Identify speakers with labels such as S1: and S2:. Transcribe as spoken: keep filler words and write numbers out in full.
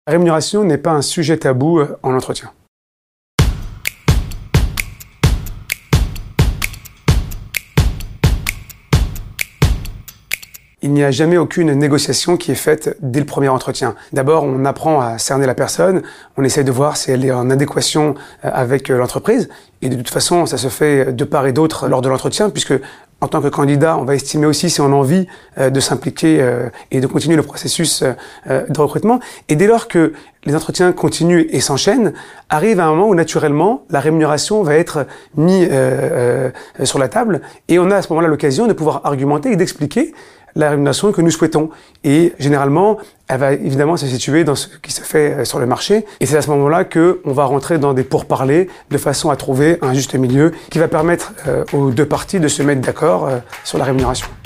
S1: La rémunération n'est pas un sujet tabou en entretien. Il n'y a jamais aucune négociation qui est faite dès le premier entretien. D'abord, on apprend à cerner la personne, on essaie de voir si elle est en adéquation avec l'entreprise. Et de toute façon, ça se fait de part et d'autre lors de l'entretien, puisque en tant que candidat, on va estimer aussi si on a envie de s'impliquer et de continuer le processus de recrutement. Et dès lors que les entretiens continuent et s'enchaînent, arrive un moment où naturellement, la rémunération va être mise euh, euh, sur la table et on a à ce moment-là l'occasion de pouvoir argumenter et d'expliquer la rémunération que nous souhaitons. Et généralement, elle va évidemment se situer dans ce qui se fait sur le marché. Et c'est à ce moment-là qu'on va rentrer dans des pourparlers de façon à trouver un juste milieu qui va permettre euh, aux deux parties de se mettre d'accord euh, sur la rémunération.